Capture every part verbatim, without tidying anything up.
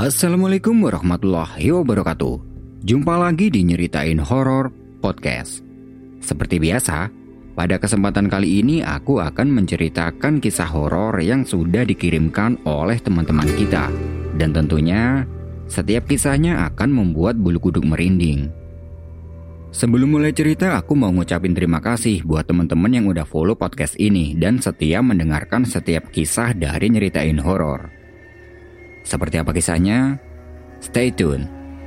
Assalamualaikum warahmatullahi wabarakatuh. Jumpa lagi di Nyeritain Horor Podcast. Seperti biasa, pada kesempatan kali ini aku akan menceritakan kisah horor yang sudah dikirimkan oleh teman-teman kita. Dan tentunya setiap kisahnya akan membuat bulu kuduk merinding. Sebelum mulai cerita, aku mau ngucapin terima kasih buat teman-teman yang udah follow podcast ini dan setia mendengarkan setiap kisah dari Nyeritain Horor. Seperti apa kisahnya? Stay tune.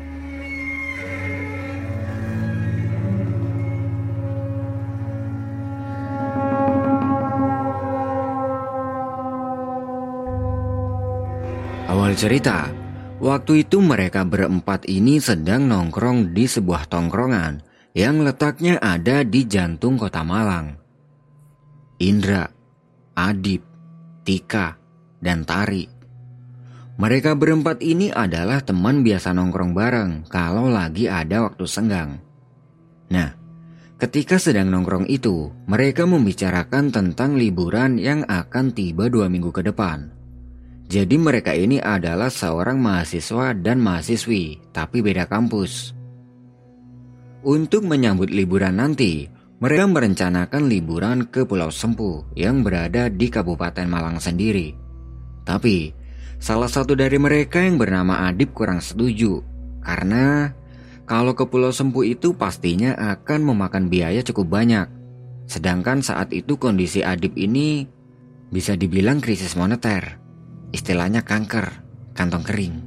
Awal cerita, waktu itu mereka berempat ini sedang nongkrong di sebuah tongkrongan yang letaknya ada di jantung kota Malang. Indra, Adib, Tika, dan Tari. Mereka berempat ini adalah teman biasa nongkrong bareng kalau lagi ada waktu senggang. Nah, ketika sedang nongkrong itu, mereka membicarakan tentang liburan yang akan tiba dua minggu ke depan. Jadi mereka ini adalah seorang mahasiswa dan mahasiswi, tapi beda kampus. Untuk menyambut liburan nanti, mereka merencanakan liburan ke Pulau Sempu yang berada di Kabupaten Malang sendiri. Tapi salah satu dari mereka yang bernama Adib kurang setuju, karena kalau ke Pulau Sempu itu pastinya akan memakan biaya cukup banyak. Sedangkan saat itu kondisi Adib ini bisa dibilang krisis moneter, istilahnya kanker, kantong kering.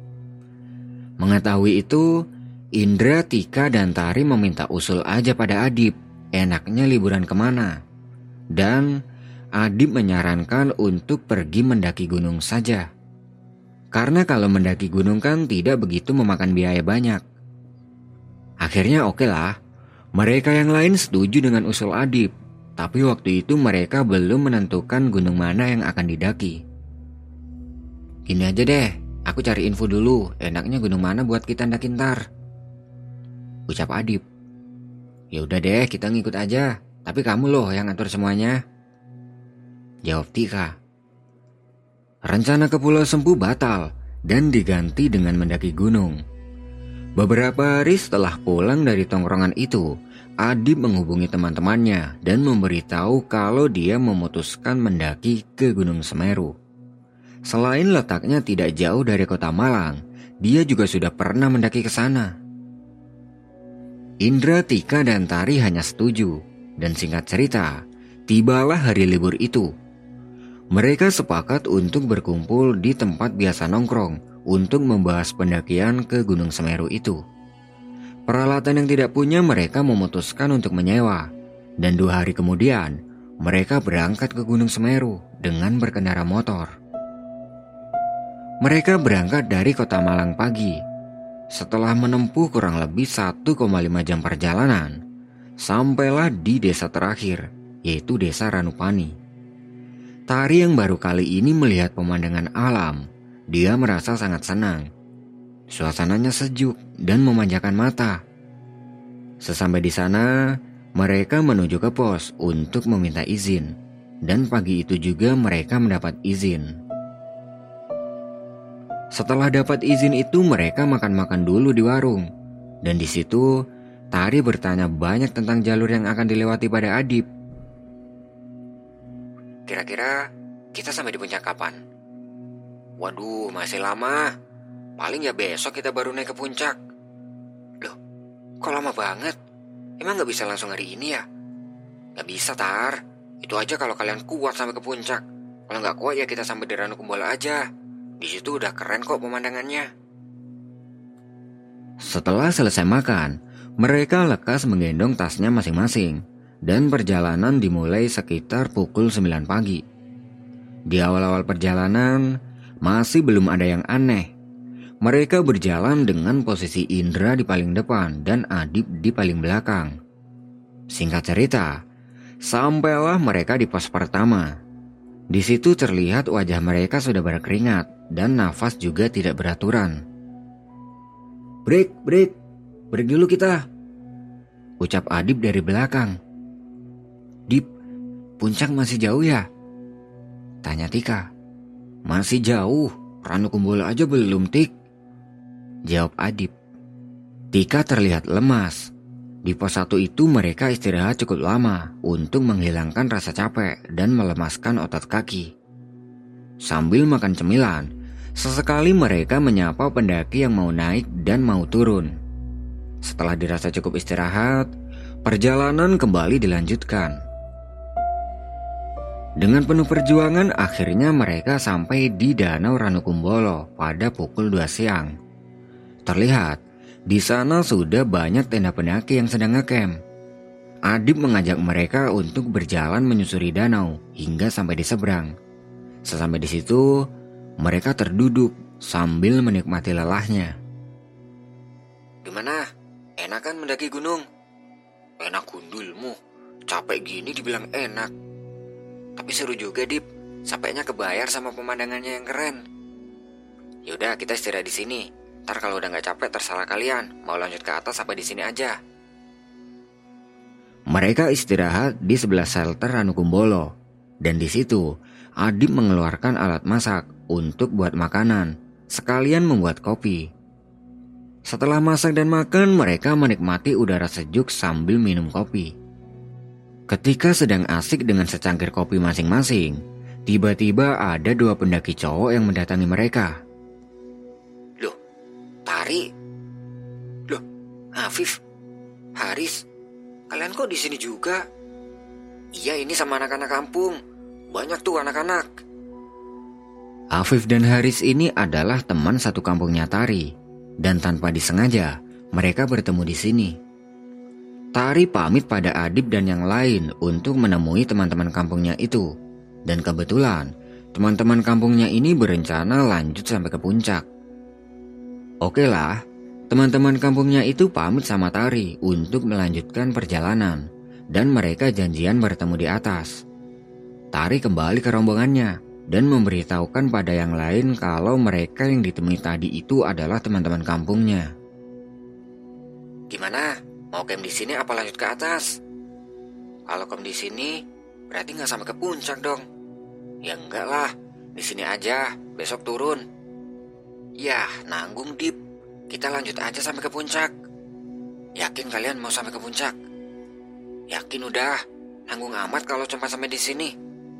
Mengetahui itu, Indra, Tika, dan Tari meminta usul aja pada Adib, enaknya liburan kemana. Dan Adib menyarankan untuk pergi mendaki gunung saja. Karena kalau mendaki gunung kan tidak begitu memakan biaya banyak. Akhirnya oke lah, mereka yang lain setuju dengan usul Adib. Tapi waktu itu mereka belum menentukan gunung mana yang akan didaki. Gini aja deh, aku cari info dulu, enaknya gunung mana buat kita ndaki ntar, ucap Adib. Ya udah deh, kita ngikut aja, tapi kamu loh yang atur semuanya, jawab Tika. Rencana ke Pulau Sempu batal dan diganti dengan mendaki gunung. Beberapa hari setelah pulang dari tongkrongan itu, Adib menghubungi teman-temannya dan memberitahu kalau dia memutuskan mendaki ke Gunung Semeru. Selain letaknya tidak jauh dari kota Malang, dia juga sudah pernah mendaki ke sana. Indra, Tika, dan Tari hanya setuju, dan singkat cerita, tibalah hari libur itu. Mereka sepakat untuk berkumpul di tempat biasa nongkrong untuk membahas pendakian ke Gunung Semeru itu. Peralatan yang tidak punya mereka memutuskan untuk menyewa, dan dua hari kemudian mereka berangkat ke Gunung Semeru dengan berkendara motor. Mereka berangkat dari kota Malang pagi. Setelah menempuh kurang lebih satu koma lima jam perjalanan, sampailah di desa terakhir, yaitu Desa Ranupani. Tari yang baru kali ini melihat pemandangan alam, dia merasa sangat senang. Suasananya sejuk dan memanjakan mata. Sesampai di sana, mereka menuju ke pos untuk meminta izin. Dan pagi itu juga mereka mendapat izin. Setelah dapat izin itu, mereka makan-makan dulu di warung. Dan di situ, Tari bertanya banyak tentang jalur yang akan dilewati pada Adib. Kira-kira kita sampai di puncak kapan? Waduh, masih lama. Paling ya besok kita baru naik ke puncak. Loh, kok lama banget? Emang gak bisa langsung hari ini ya? Gak bisa, Tar. Itu aja kalau kalian kuat sampai ke puncak. Kalau gak kuat ya kita sampai di Ranukumbala aja. Di situ udah keren kok pemandangannya. Setelah selesai makan, mereka lekas menggendong tasnya masing-masing. Dan perjalanan dimulai sekitar pukul sembilan pagi. Di awal-awal perjalanan, masih belum ada yang aneh. Mereka berjalan dengan posisi Indra di paling depan dan Adib di paling belakang. Singkat cerita, sampailah mereka di pos pertama. Di situ terlihat wajah mereka sudah berkeringat dan nafas juga tidak beraturan. Break, break, break dulu kita, ucap Adib dari belakang. Dip, puncak masih jauh ya? Tanya Tika. Masih jauh, Ranu Kumbolo aja belum, Tik, jawab Adip. Tika terlihat lemas. Di pos satu itu mereka istirahat cukup lama untuk menghilangkan rasa capek dan melemaskan otot kaki. Sambil makan cemilan, sesekali mereka menyapa pendaki yang mau naik dan mau turun. Setelah dirasa cukup istirahat, perjalanan kembali dilanjutkan. Dengan penuh perjuangan akhirnya mereka sampai di Danau Ranu Kumbolo pada pukul dua siang. Terlihat di sana sudah banyak tenda pendaki yang sedang ngecamp. Adip mengajak mereka untuk berjalan menyusuri danau hingga sampai di seberang. Sesampai di situ, mereka terduduk sambil menikmati lelahnya. Gimana? Enak kan mendaki gunung? Enak gundulmu. Capek gini dibilang enak. Tapi seru juga, Dip. Capeknya kebayar sama pemandangannya yang keren. Yaudah, kita istirahat di sini. Ntar kalau udah nggak capek terserah kalian. Mau lanjut ke atas apa di sini aja. Mereka istirahat di sebelah shelter Ranu Kumbolo. Dan di situ Adip mengeluarkan alat masak untuk buat makanan, sekalian membuat kopi. Setelah masak dan makan, mereka menikmati udara sejuk sambil minum kopi. Ketika sedang asik dengan secangkir kopi masing-masing, tiba-tiba ada dua pendaki cowok yang mendatangi mereka. Loh, Tari? Loh, Afif? Haris? Kalian kok di sini juga? Iya, ini sama anak-anak kampung. Banyak tuh anak-anak. Afif dan Haris ini adalah teman satu kampungnya Tari. Dan tanpa disengaja, mereka bertemu di sini. Tari pamit pada Adip dan yang lain untuk menemui teman-teman kampungnya itu. Dan kebetulan, teman-teman kampungnya ini berencana lanjut sampai ke puncak. Oke lah, teman-teman kampungnya itu pamit sama Tari untuk melanjutkan perjalanan. Dan mereka janjian bertemu di atas. Tari kembali ke rombongannya dan memberitahukan pada yang lain kalau mereka yang ditemui tadi itu adalah teman-teman kampungnya. Gimana? Mau camp di sini apa lanjut ke atas? Kalau camp di sini, berarti nggak sampai ke puncak dong. Ya enggak lah, di sini aja, besok turun. Yah, nanggung Dip. Kita lanjut aja sampai ke puncak. Yakin kalian mau sampai ke puncak? Yakin udah, nanggung amat kalau cuma sampai di sini.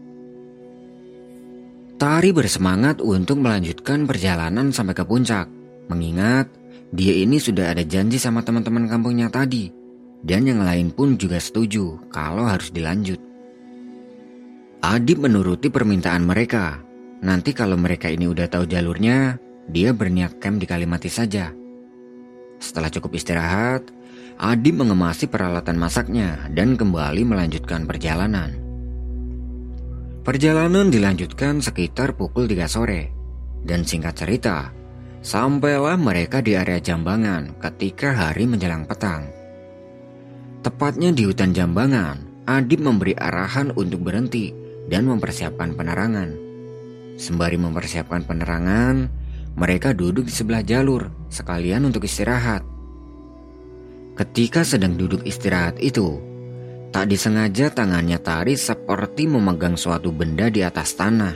Tari bersemangat untuk melanjutkan perjalanan sampai ke puncak, mengingat dia ini sudah ada janji sama teman-teman kampungnya tadi, dan yang lain pun juga setuju kalau harus dilanjut. Adip menuruti permintaan mereka. Nanti kalau mereka ini udah tahu jalurnya, dia berniat camp di Kalimati saja. Setelah cukup istirahat, Adip mengemasi peralatan masaknya dan kembali melanjutkan perjalanan. Perjalanan dilanjutkan sekitar pukul tiga sore, dan singkat cerita, sampailah mereka di area Jambangan ketika hari menjelang petang. Tepatnya di hutan Jambangan, Adip memberi arahan untuk berhenti dan mempersiapkan penerangan. Sembari mempersiapkan penerangan, mereka duduk di sebelah jalur sekalian untuk istirahat. Ketika sedang duduk istirahat itu, tak disengaja tangannya Tari seperti memegang suatu benda di atas tanah.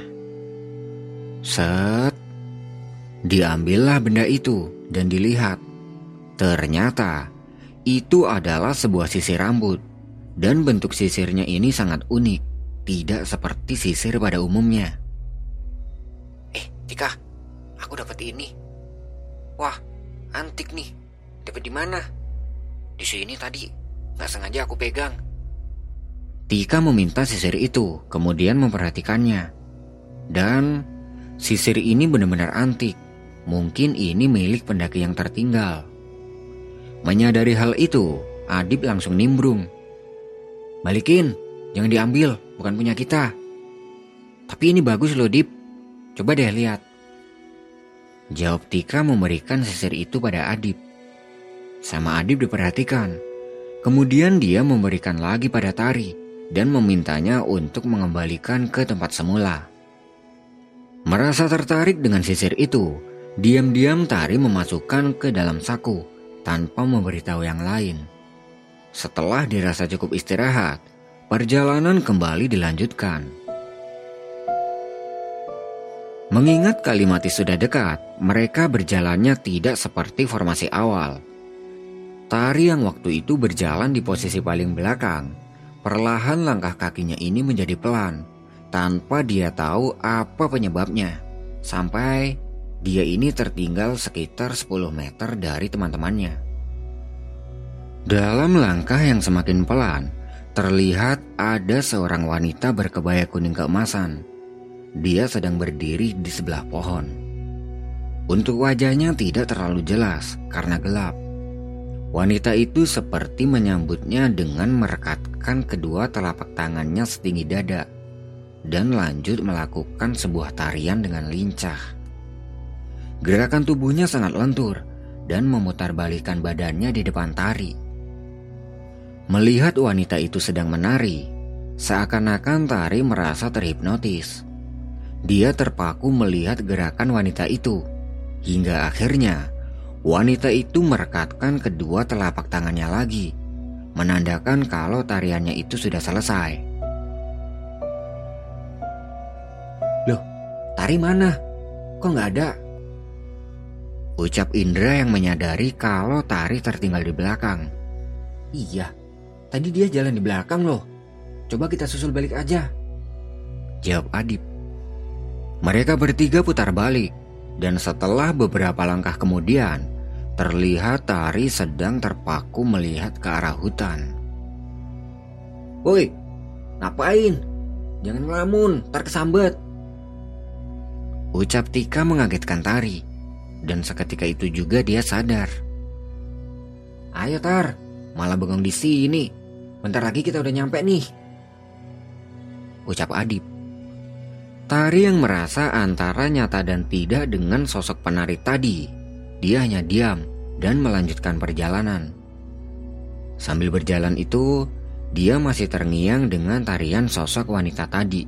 Set, diambillah benda itu dan dilihat. Ternyata itu adalah sebuah sisir rambut, dan bentuk sisirnya ini sangat unik, tidak seperti sisir pada umumnya. Eh, Tika, aku dapat ini. Wah, antik nih. Dapat di mana? Di sini tadi, nggak sengaja aku pegang. Tika meminta sisir itu, kemudian memperhatikannya. Dan sisir ini benar-benar antik. Mungkin ini milik pendaki yang tertinggal. Menyadari hal itu, Adip langsung nimbrung. Balikin, jangan diambil, bukan punya kita. Tapi ini bagus loh, Dip. Coba deh lihat. Jawab Tika memberikan sisir itu pada Adip. Sama Adip diperhatikan. Kemudian dia memberikan lagi pada Tari dan memintanya untuk mengembalikan ke tempat semula. Merasa tertarik dengan sisir itu, diam-diam Tari memasukkan ke dalam saku tanpa memberitahu yang lain. Setelah dirasa cukup istirahat, perjalanan kembali dilanjutkan. Mengingat Kalimati sudah dekat, mereka berjalannya tidak seperti formasi awal. Tari yang waktu itu berjalan di posisi paling belakang, perlahan langkah kakinya ini menjadi pelan, tanpa dia tahu apa penyebabnya. Sampai dia ini tertinggal sekitar sepuluh meter dari teman-temannya. Dalam langkah yang semakin pelan, terlihat ada seorang wanita berkebaya kuning keemasan. Dia sedang berdiri di sebelah pohon. Untuk wajahnya tidak terlalu jelas karena gelap. Wanita itu seperti menyambutnya dengan merekatkan kedua telapak tangannya setinggi dada dan lanjut melakukan sebuah tarian dengan lincah. Gerakan tubuhnya sangat lentur dan memutarbalikkan badannya di depan tari. Melihat wanita itu sedang menari, seakan-akan Tari merasa terhipnotis. Dia terpaku melihat gerakan wanita itu, hingga akhirnya wanita itu merekatkan kedua telapak tangannya lagi, menandakan kalau tariannya itu sudah selesai. Loh, Tari mana? Kok nggak ada? Ucap Indra yang menyadari kalau Tari tertinggal di belakang. Iya, tadi dia jalan di belakang loh. Coba kita susul balik aja, jawab Adip. Mereka bertiga putar balik, dan setelah beberapa langkah kemudian, terlihat Tari sedang terpaku melihat ke arah hutan. Woi, ngapain? Jangan ngelamun, ntar kesambet, ucap Tika mengagetkan Tari, dan seketika itu juga dia sadar. Ayo Tar, malah bengong di sini. Bentar lagi kita udah nyampe nih, ucap Adip. Tari yang merasa antara nyata dan tidak dengan sosok penari tadi, dia hanya diam dan melanjutkan perjalanan. Sambil berjalan itu, dia masih terngiang dengan tarian sosok wanita tadi.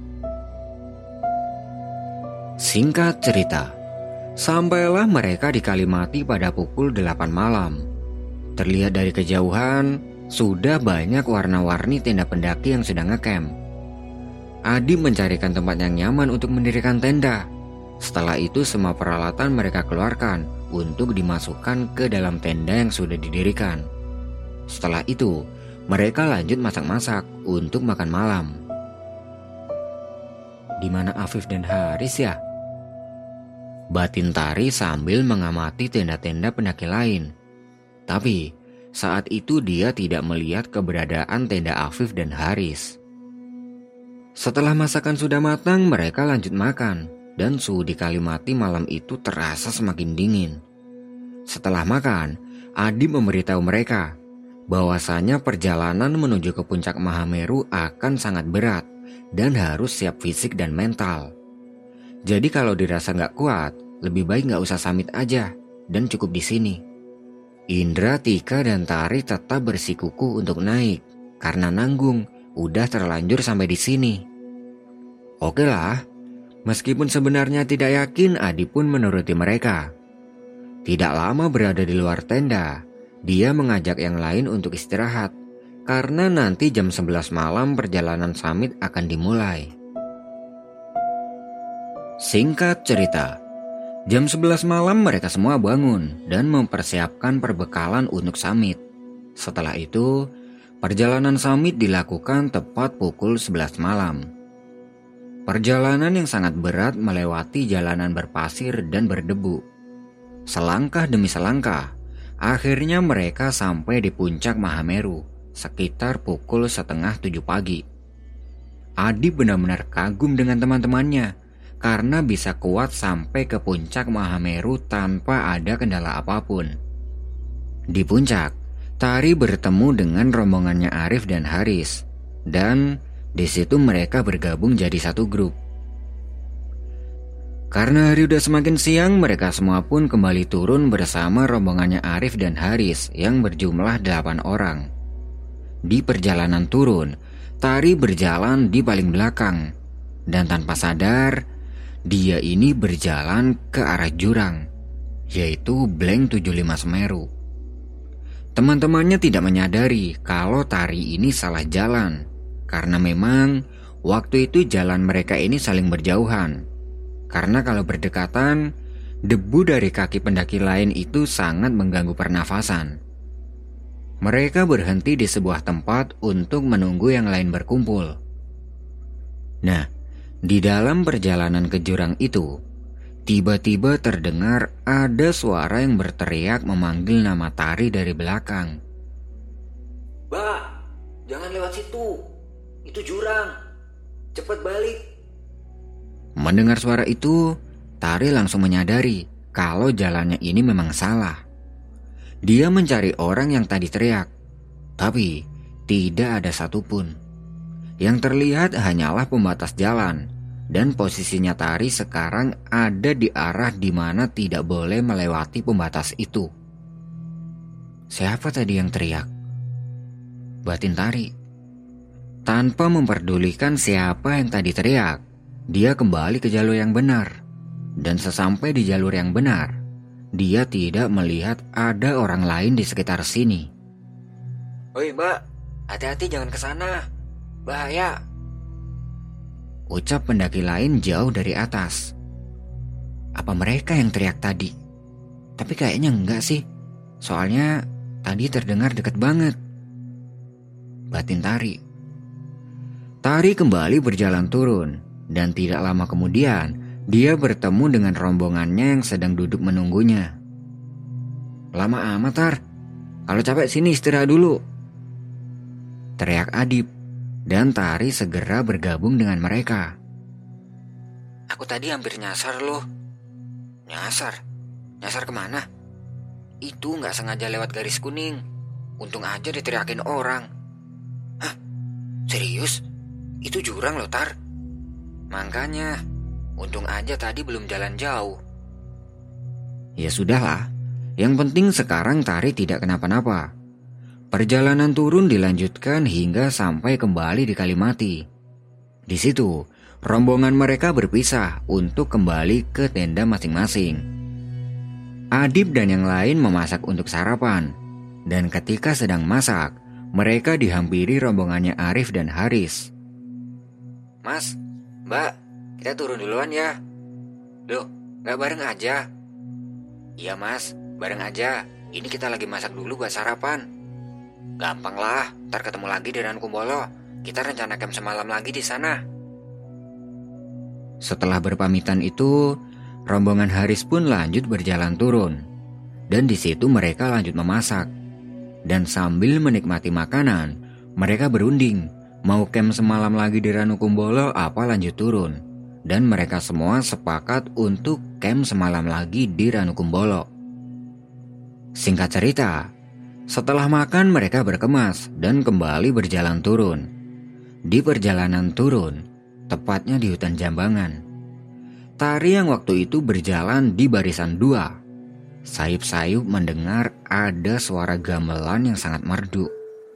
Singkat cerita, sampailah mereka di Kalimati pada pukul delapan malam. Terlihat dari kejauhan, sudah banyak warna-warni tenda pendaki yang sedang ngecamp. Adip mencarikan tempat yang nyaman untuk mendirikan tenda. Setelah itu semua peralatan mereka keluarkan untuk dimasukkan ke dalam tenda yang sudah didirikan. Setelah itu, mereka lanjut masak-masak untuk makan malam. Di mana Afif dan Haris ya? Batin Tari sambil mengamati tenda-tenda pendaki lain. Tapi saat itu dia tidak melihat keberadaan tenda Afif dan Haris. Setelah masakan sudah matang, mereka lanjut makan, dan suhu di Kalimati malam itu terasa semakin dingin. Setelah makan, Adip memberitahu mereka bahwasanya perjalanan menuju ke puncak Mahameru akan sangat berat dan harus siap fisik dan mental. Jadi kalau dirasa nggak kuat, lebih baik nggak usah samit aja dan cukup di sini. Indra, Tika, dan Tari tetap bersikukuh untuk naik karena nanggung. Udah terlanjur sampai di sini. Oke lah, meskipun sebenarnya tidak yakin, Adi pun menuruti mereka. Tidak lama berada di luar tenda, dia mengajak yang lain untuk istirahat, karena nanti jam sebelas malam perjalanan summit akan dimulai. Singkat cerita, jam sebelas malam mereka semua bangun dan mempersiapkan perbekalan untuk summit. Setelah itu, perjalanan summit dilakukan tepat pukul sebelas malam. Perjalanan yang sangat berat melewati jalanan berpasir dan berdebu. Selangkah demi selangkah, akhirnya mereka sampai di puncak Mahameru sekitar pukul setengah tujuh pagi. Adi benar-benar kagum dengan teman-temannya karena bisa kuat sampai ke puncak Mahameru tanpa ada kendala apapun. Di puncak, Tari bertemu dengan rombongannya Arif dan Haris, dan di situ mereka bergabung jadi satu grup. Karena hari udah semakin siang, mereka semua pun kembali turun bersama rombongannya Arif dan Haris yang berjumlah delapan orang. Di perjalanan turun, Tari berjalan di paling belakang, dan tanpa sadar, dia ini berjalan ke arah jurang, yaitu Blank tujuh puluh lima Semeru. Teman-temannya tidak menyadari kalau Tari ini salah jalan, karena memang waktu itu jalan mereka ini saling berjauhan. Karena kalau berdekatan, debu dari kaki pendaki lain itu sangat mengganggu pernafasan. Mereka berhenti di sebuah tempat untuk menunggu yang lain berkumpul. Nah, di dalam perjalanan ke jurang itu, tiba-tiba terdengar ada suara yang berteriak memanggil nama Tari dari belakang. "Mbak, jangan lewat situ. Itu jurang. Cepat balik." Mendengar suara itu, Tari langsung menyadari kalau jalannya ini memang salah. Dia mencari orang yang tadi teriak, tapi tidak ada satupun. Yang terlihat hanyalah pembatas jalan, dan posisinya Tari sekarang ada di arah di mana tidak boleh melewati pembatas itu. Siapa tadi yang teriak? Batin Tari. Tanpa memperdulikan siapa yang tadi teriak, dia kembali ke jalur yang benar. Dan sesampai di jalur yang benar, dia tidak melihat ada orang lain di sekitar sini. "Oi mbak, hati-hati jangan ke sana. Bahaya," ucap pendaki lain jauh dari atas. Apa mereka yang teriak tadi? Tapi kayaknya enggak sih. Soalnya tadi terdengar dekat banget. Batin Tari. Tari kembali berjalan turun, dan tidak lama kemudian dia bertemu dengan rombongannya yang sedang duduk menunggunya. "Lama amat, Tar. Kalau capek sini istirahat dulu," teriak Adip, dan Tari segera bergabung dengan mereka. "Aku tadi hampir nyasar loh." "Nyasar? Nyasar kemana?" "Itu gak sengaja lewat garis kuning. Untung aja diteriakin orang." "Hah? Serius? Itu jurang loh, Tar." "Makanya, untung aja tadi belum jalan jauh." Ya sudahlah, yang penting sekarang Tari tidak kenapa-napa. Perjalanan turun dilanjutkan hingga sampai kembali di Kalimati. Di situ, rombongan mereka berpisah untuk kembali ke tenda masing-masing. Adip dan yang lain memasak untuk sarapan, dan ketika sedang masak, mereka dihampiri rombongannya Arif dan Haris. "Mas, Mbak, kita turun duluan ya." "Loh, gak bareng aja?" "Iya mas, bareng aja. Ini kita lagi masak dulu buat sarapan." "Gampang lah, ntar ketemu lagi di Ranukumbolo. Kita rencana camp semalam lagi di sana." Setelah berpamitan itu, rombongan Haris pun lanjut berjalan turun. Dan di situ mereka lanjut memasak. Dan sambil menikmati makanan, mereka berunding mau camp semalam lagi di Ranukumbolo apa lanjut turun. Dan mereka semua sepakat untuk camp semalam lagi di Ranukumbolo. Singkat cerita, setelah makan mereka berkemas dan kembali berjalan turun. Di perjalanan turun, tepatnya di hutan Jambangan, Tari yang waktu itu berjalan di barisan dua, sayup-sayup mendengar ada suara gamelan yang sangat merdu.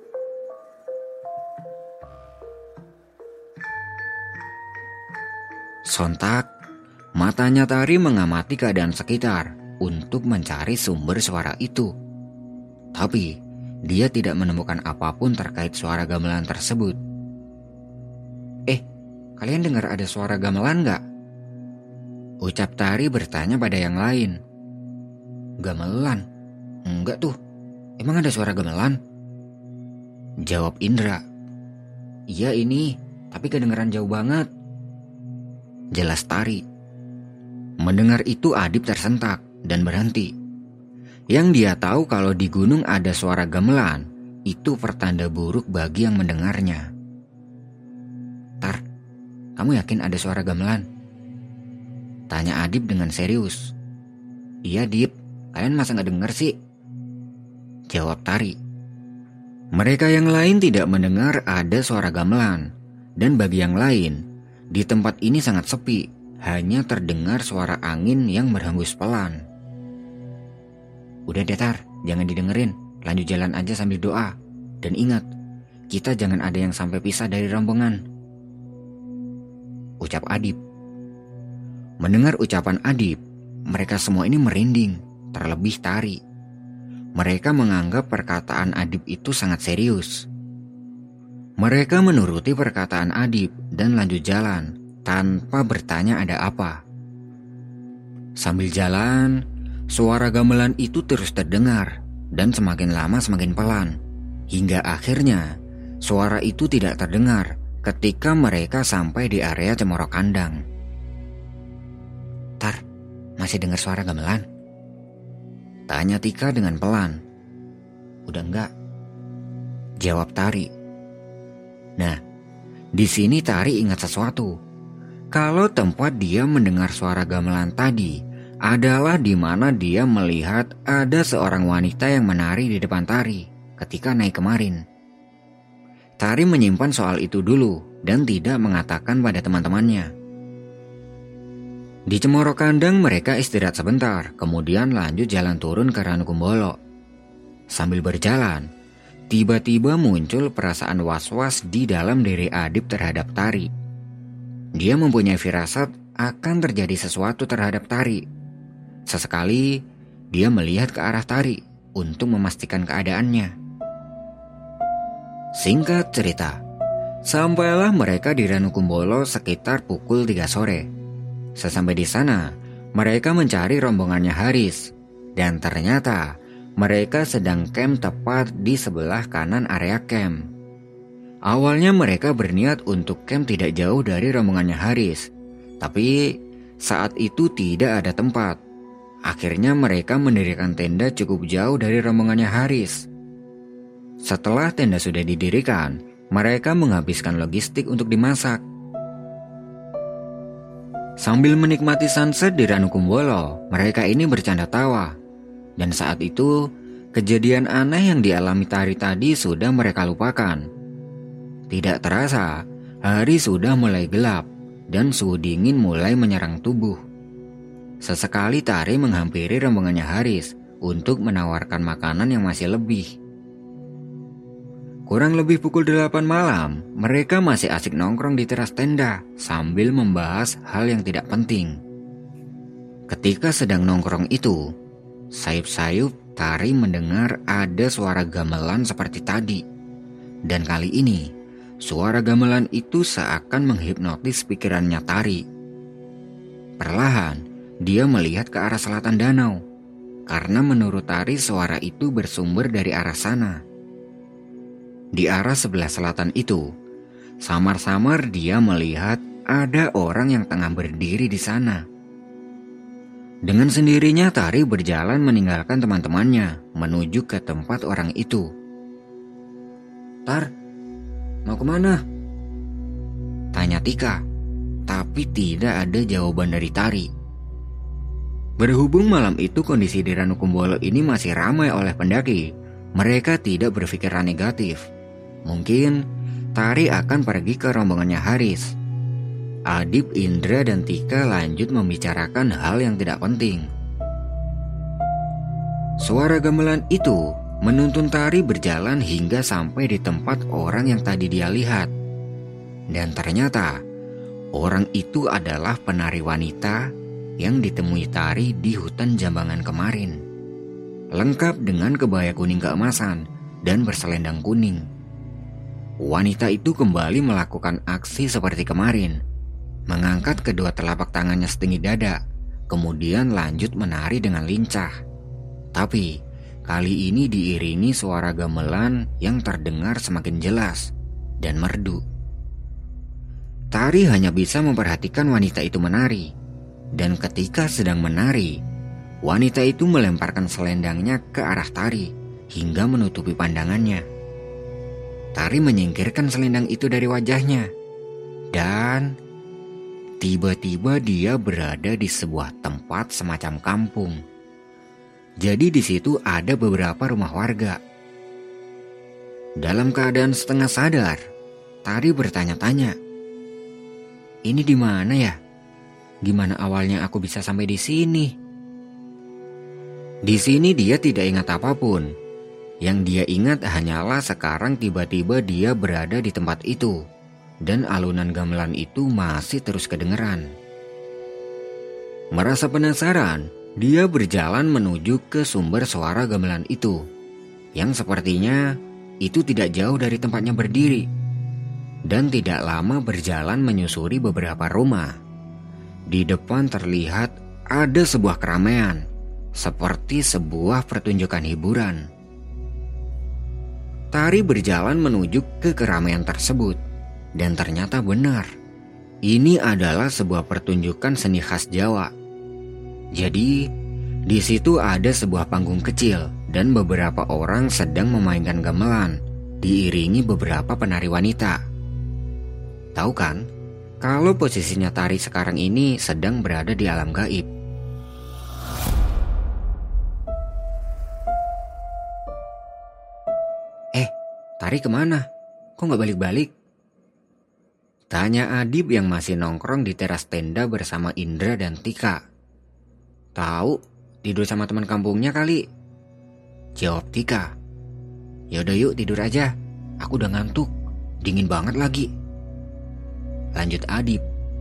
Sontak, matanya Tari mengamati keadaan sekitar untuk mencari sumber suara itu. Tapi, dia tidak menemukan apapun terkait suara gamelan tersebut. "Eh, kalian dengar ada suara gamelan gak?" ucap Tari bertanya pada yang lain. "Gamelan? Enggak tuh. Emang ada suara gamelan?" jawab Indra. "Iya ini, tapi kedengeran jauh banget," jelas Tari. Mendengar itu Adip tersentak dan berhenti. Yang dia tahu kalau di gunung ada suara gamelan, itu pertanda buruk bagi yang mendengarnya. "Tar, kamu yakin ada suara gamelan?" tanya Adip dengan serius. "Iya Dip, kalian masa gak denger sih?" jawab Tari. Mereka yang lain tidak mendengar ada suara gamelan. Dan bagi yang lain, di tempat ini sangat sepi, hanya terdengar suara angin yang berhembus pelan. "Udah deh Tar, jangan didengerin, lanjut jalan aja sambil doa. Dan ingat, kita jangan ada yang sampai pisah dari rombongan," ucap Adip. Mendengar ucapan Adip, mereka semua ini merinding, terlebih Tari. Mereka menganggap perkataan Adip itu sangat serius. Mereka menuruti perkataan Adip dan lanjut jalan tanpa bertanya ada apa. Sambil jalan, suara gamelan itu terus terdengar dan semakin lama semakin pelan. Hingga akhirnya suara itu tidak terdengar ketika mereka sampai di area Cemoro Kandang. "Tar, masih dengar suara gamelan?" tanya Tika dengan pelan. "Udah enggak," jawab Tari. Nah, di sini Tari ingat sesuatu. Kalau tempat dia mendengar suara gamelan tadi adalah di mana dia melihat ada seorang wanita yang menari di depan Tari ketika naik kemarin. Tari menyimpan soal itu dulu dan tidak mengatakan pada teman-temannya. Di Cemoro Kandang mereka istirahat sebentar, kemudian lanjut jalan turun ke Ranukumbolo. Sambil berjalan, tiba-tiba muncul perasaan was-was di dalam diri Adip terhadap Tari. Dia mempunyai firasat akan terjadi sesuatu terhadap Tari. Sesekali, dia melihat ke arah Tari untuk memastikan keadaannya. Singkat cerita, sampailah mereka di Ranukumbolo sekitar pukul tiga sore. Sesampai di sana, mereka mencari rombongannya Haris, dan ternyata mereka sedang camp tepat di sebelah kanan area camp. Awalnya mereka berniat untuk camp tidak jauh dari rombongannya Haris, tapi saat itu tidak ada tempat. Akhirnya mereka mendirikan tenda cukup jauh dari rombongannya Haris. Setelah tenda sudah didirikan, mereka menghabiskan logistik untuk dimasak. Sambil menikmati sunset di Ranukumbolo, mereka ini bercanda tawa. Dan saat itu, kejadian aneh yang dialami Tari tadi sudah mereka lupakan. Tidak terasa, hari sudah mulai gelap dan suhu dingin mulai menyerang tubuh. Sesekali Tari menghampiri rombongannya Haris untuk menawarkan makanan yang masih lebih. Kurang lebih pukul delapan malam, mereka masih asik nongkrong di teras tenda sambil membahas hal yang tidak penting. Ketika sedang nongkrong itu, sayup-sayup Tari mendengar ada suara gamelan seperti tadi. Dan kali ini, suara gamelan itu seakan menghipnotis pikirannya Tari. Perlahan, dia melihat ke arah selatan danau, karena menurut Tari suara itu bersumber dari arah sana. Di arah sebelah selatan itu, samar-samar dia melihat ada orang yang tengah berdiri di sana. Dengan sendirinya Tari berjalan meninggalkan teman-temannya menuju ke tempat orang itu. "Tar, mau kemana?" tanya Tika, tapi tidak ada jawaban dari Tari. Berhubung malam itu kondisi di Ranukumbolo ini masih ramai oleh pendaki, mereka tidak berpikiran negatif. Mungkin Tari akan pergi ke rombongannya Haris. Adip, Indra, dan Tika lanjut membicarakan hal yang tidak penting. Suara gamelan itu menuntun Tari berjalan hingga sampai di tempat orang yang tadi dia lihat. Dan ternyata orang itu adalah penari wanita yang ditemui Tari di hutan Jambangan kemarin, lengkap dengan kebaya kuning keemasan dan berselendang kuning. Wanita itu kembali melakukan aksi seperti kemarin, mengangkat kedua telapak tangannya setinggi dada, kemudian lanjut menari dengan lincah. Tapi kali ini diiringi suara gamelan yang terdengar semakin jelas dan merdu. Tari hanya bisa memperhatikan wanita itu menari, dan ketika sedang menari, wanita itu melemparkan selendangnya ke arah Tari hingga menutupi pandangannya. Tari menyingkirkan selendang itu dari wajahnya, dan tiba-tiba dia berada di sebuah tempat semacam kampung. Jadi di situ ada beberapa rumah warga. Dalam keadaan setengah sadar, Tari bertanya-tanya, "Ini di mana ya? Gimana awalnya aku bisa sampai di sini?" Di sini dia tidak ingat apapun. Yang dia ingat hanyalah sekarang tiba-tiba dia berada di tempat itu, dan alunan gamelan itu masih terus kedengeran. Merasa penasaran, dia berjalan menuju ke sumber suara gamelan itu, yang sepertinya itu tidak jauh dari tempatnya berdiri. Dan tidak lama berjalan menyusuri beberapa rumah. Di depan terlihat ada sebuah keramaian, seperti sebuah pertunjukan hiburan. Tari berjalan menuju ke keramaian tersebut, dan ternyata benar. Ini adalah sebuah pertunjukan seni khas Jawa. Jadi, di situ ada sebuah panggung kecil dan beberapa orang sedang memainkan gamelan, diiringi beberapa penari wanita. Tahu kan, kalau posisinya tari sekarang ini sedang berada di alam gaib. Eh, Tari kemana? Kok gak balik-balik? Tanya Adib yang masih nongkrong di teras tenda bersama Indra dan Tika. Tahu, tidur sama teman kampungnya kali. Jawab Tika. Yaudah yuk tidur aja, aku udah ngantuk, dingin banget lagi. Lanjut Adib.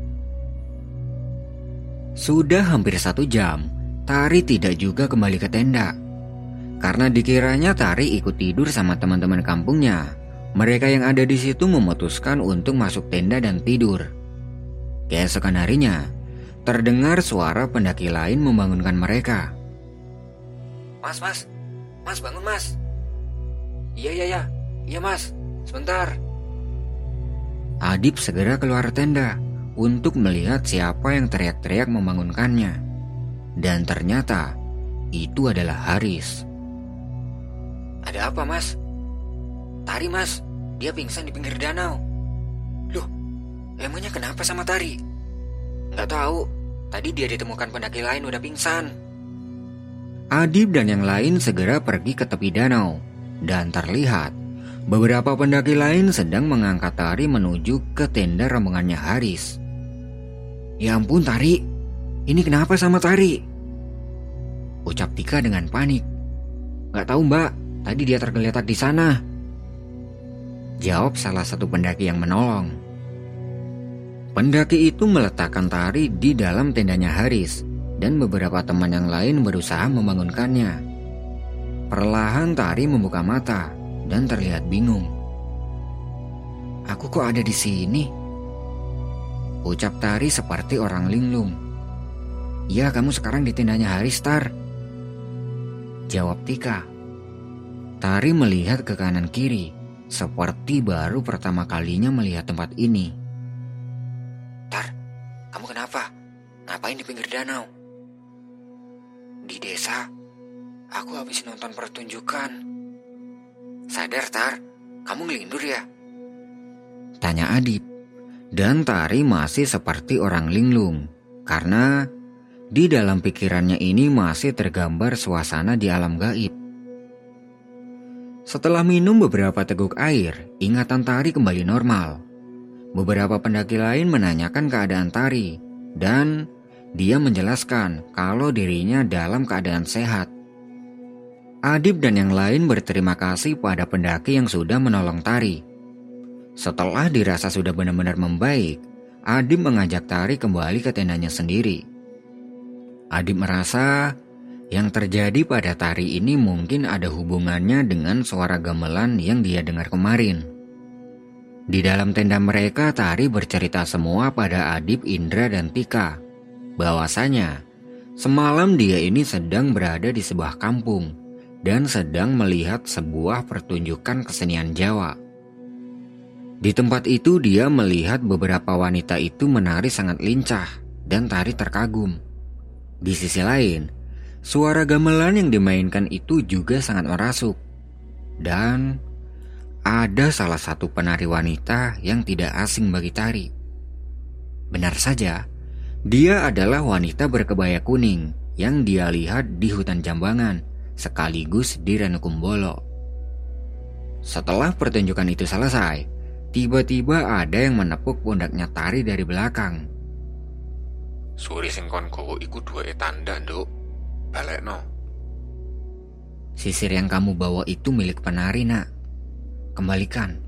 Sudah hampir satu jam, Tari tidak juga kembali ke tenda. Karena dikiranya Tari ikut tidur sama teman-teman kampungnya, mereka yang ada di situ memutuskan untuk masuk tenda dan tidur. Keesokan harinya, terdengar suara pendaki lain membangunkan mereka. Mas, mas, mas bangun mas. Iya, iya, iya, iya mas, sebentar. Adib segera keluar tenda untuk melihat siapa yang teriak-teriak membangunkannya. Dan ternyata itu adalah Haris. Ada apa mas? Tari mas, dia pingsan di pinggir danau. Loh, emangnya kenapa sama Tari? Nggak tahu, tadi dia ditemukan pendaki lain udah pingsan. Adib dan yang lain segera pergi ke tepi danau. Dan terlihat beberapa pendaki lain sedang mengangkat Tari menuju ke tenda rombongannya Haris. Ya ampun Tari, ini kenapa sama Tari? Ucap Tika dengan panik. Gak tahu mbak, tadi dia tergeletak di sana. Jawab salah satu pendaki yang menolong. Pendaki itu meletakkan Tari di dalam tendanya Haris, dan beberapa teman yang lain berusaha membangunkannya. Perlahan Tari membuka mata dan terlihat bingung. Aku kok ada di sini? Ucap Tari seperti orang linglung. Ya, kamu sekarang di tendanya Haris, Tar. Jawab Tika. Tari melihat ke kanan kiri, seperti baru pertama kalinya melihat tempat ini. Tar, kamu kenapa? Ngapain di pinggir danau? Di desa, aku habis nonton pertunjukan. Sadar Tar, kamu ngelindur ya? Tanya Adib. Dan Tari masih seperti orang linglung, karena di dalam pikirannya ini masih tergambar suasana di alam gaib. Setelah minum beberapa teguk air, ingatan Tari kembali normal. Beberapa pendaki lain menanyakan keadaan Tari, dan dia menjelaskan kalau dirinya dalam keadaan sehat. Adib dan yang lain berterima kasih pada pendaki yang sudah menolong Tari. Setelah dirasa sudah benar-benar membaik, Adib mengajak Tari kembali ke tendanya sendiri. Adib merasa yang terjadi pada Tari ini mungkin ada hubungannya dengan suara gamelan yang dia dengar kemarin. Di dalam tenda mereka, Tari bercerita semua pada Adib, Indra, dan Tika. Bahwasanya semalam dia ini sedang berada di sebuah kampung dan sedang melihat sebuah pertunjukan kesenian Jawa. Di tempat itu dia melihat beberapa wanita itu menari sangat lincah dan Tari terkagum. Di sisi lain, suara gamelan yang dimainkan itu juga sangat merasuk. Dan ada salah satu penari wanita yang tidak asing bagi Tari. Benar saja, dia adalah wanita berkebaya kuning yang dia lihat di hutan Jambangan sekaligus di Ranukumbolo. Setelah pertunjukan itu selesai, tiba-tiba ada yang menepuk pundaknya Tari dari belakang. Suri sing kon gowo iku duweke tanda, Nduk. Balekno. Sisir yang kamu bawa itu milik penari, Nak. Kembalikan.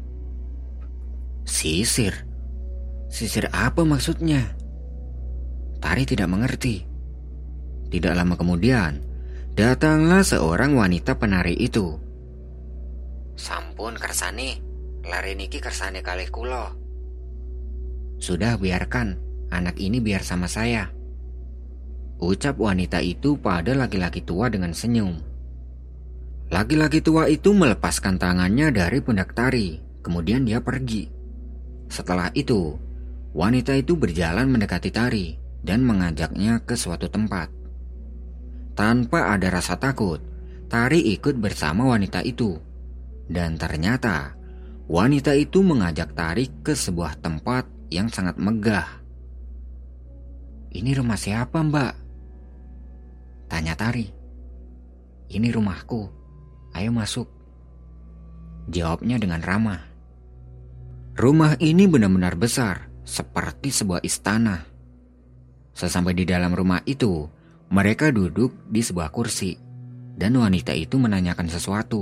Sisir? Sisir apa maksudnya? Tari tidak mengerti. Tidak lama kemudian, datanglah seorang wanita penari itu. Sampun kersane, lare niki kersane kalih kula. Sudah, biarkan, anak ini biar sama saya. ucap wanita itu pada laki-laki tua dengan senyum. Laki-laki tua itu melepaskan tangannya dari pundak Tari, kemudian dia pergi. Setelah itu, wanita itu berjalan mendekati Tari dan mengajaknya ke suatu tempat. Tanpa ada rasa takut, Tari ikut bersama wanita itu. Dan ternyata, wanita itu mengajak Tari ke sebuah tempat yang sangat megah. "Ini rumah siapa, Mbak?" tanya Tari. "Ini rumahku, ayo masuk," jawabnya dengan ramah. Rumah ini benar-benar besar, seperti sebuah istana. Sesampai di dalam rumah itu, mereka duduk di sebuah kursi, dan wanita itu menanyakan sesuatu.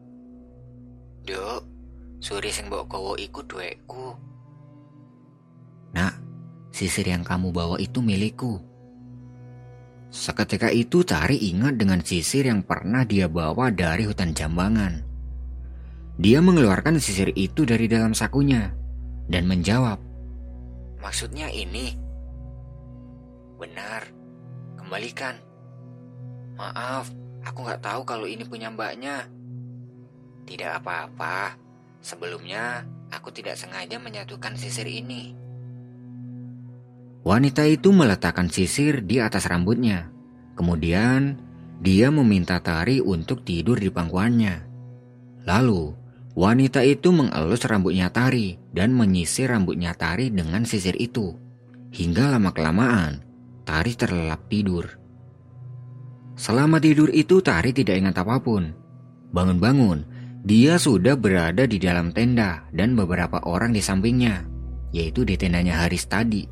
"Duk, suri sing mbok gawa iku duweku." "Nak, sisir yang kamu bawa itu milikku." Seketika itu Tari ingat dengan sisir yang pernah dia bawa dari hutan Jambangan. Dia mengeluarkan sisir itu dari dalam sakunya dan menjawab, "Maksudnya ini?" "Benar, kembalikan." "Maaf, aku gak tahu kalau ini punya mbaknya." "Tidak apa-apa, sebelumnya aku tidak sengaja menyatukan sisir ini." Wanita itu meletakkan sisir di atas rambutnya. Kemudian dia meminta Tari untuk tidur di pangkuannya. Lalu wanita itu mengelus rambutnya Tari dan menyisir rambutnya Tari dengan sisir itu. Hingga lama-kelamaan Tari terlelap tidur. Selama tidur itu Tari tidak ingat apapun. Bangun-bangun, dia sudah berada di dalam tenda dan beberapa orang di sampingnya, yaitu di tendanya Haris tadi.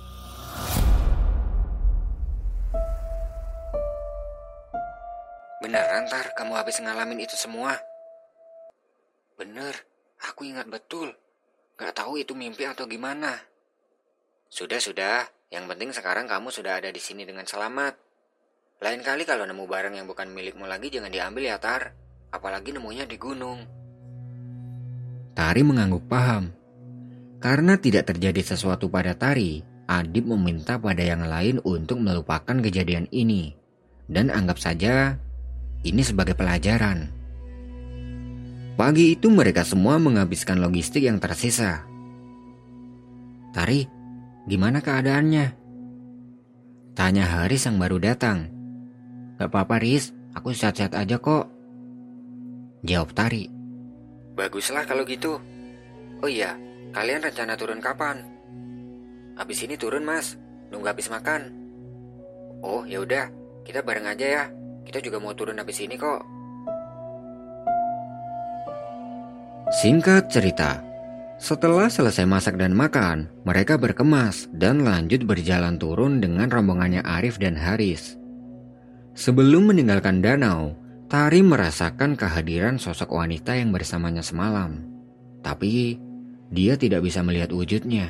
"Beneran, Tar, kamu habis ngalamin itu semua?" "Bener, aku ingat betul. Gak tahu itu mimpi atau gimana." Sudah-sudah, yang penting sekarang kamu sudah ada di sini dengan selamat. Lain kali kalau nemu barang yang bukan milikmu lagi jangan diambil ya, Tar. Apalagi nemunya di gunung. Tari mengangguk paham. Karena tidak terjadi sesuatu pada Tari, Adip meminta pada yang lain untuk melupakan kejadian ini dan anggap saja ini sebagai pelajaran. Pagi itu mereka semua menghabiskan logistik yang tersisa. "Tari, gimana keadaannya?" tanya Haris yang baru datang. "Gak apa-apa, Riz, aku sehat-sehat aja kok," jawab Tari. "Baguslah kalau gitu. Oh iya, kalian rencana turun kapan?" "Habis ini turun, Mas. Nunggu habis makan." "Oh, ya udah, kita bareng aja ya. Kita juga mau turun habis ini kok." Singkat cerita, setelah selesai masak dan makan, mereka berkemas dan lanjut berjalan turun dengan rombongannya Arif dan Haris. Sebelum meninggalkan danau, Tari merasakan kehadiran sosok wanita yang bersamanya semalam. Tapi dia tidak bisa melihat wujudnya.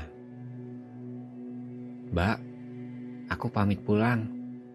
"Mbak, aku pamit pulang,"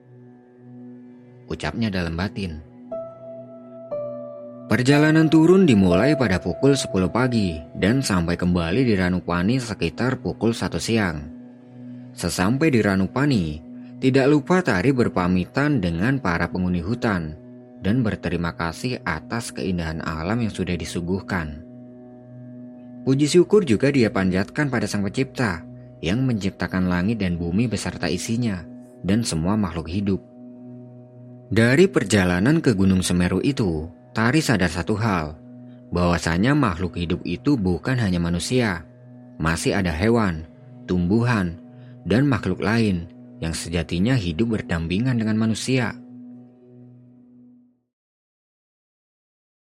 ucapnya dalam batin. Perjalanan turun dimulai pada pukul sepuluh pagi dan sampai kembali di Ranupani sekitar pukul satu siang. Sesampai di Ranupani, tidak lupa Tari berpamitan dengan para penghuni hutan dan berterima kasih atas keindahan alam yang sudah disuguhkan. Puji syukur juga dia panjatkan pada Sang Pencipta yang menciptakan langit dan bumi beserta isinya dan semua makhluk hidup. Dari perjalanan ke Gunung Semeru itu, Tari sadar satu hal, bahwasanya makhluk hidup itu bukan hanya manusia, masih ada hewan, tumbuhan, dan makhluk lain yang sejatinya hidup berdampingan dengan manusia.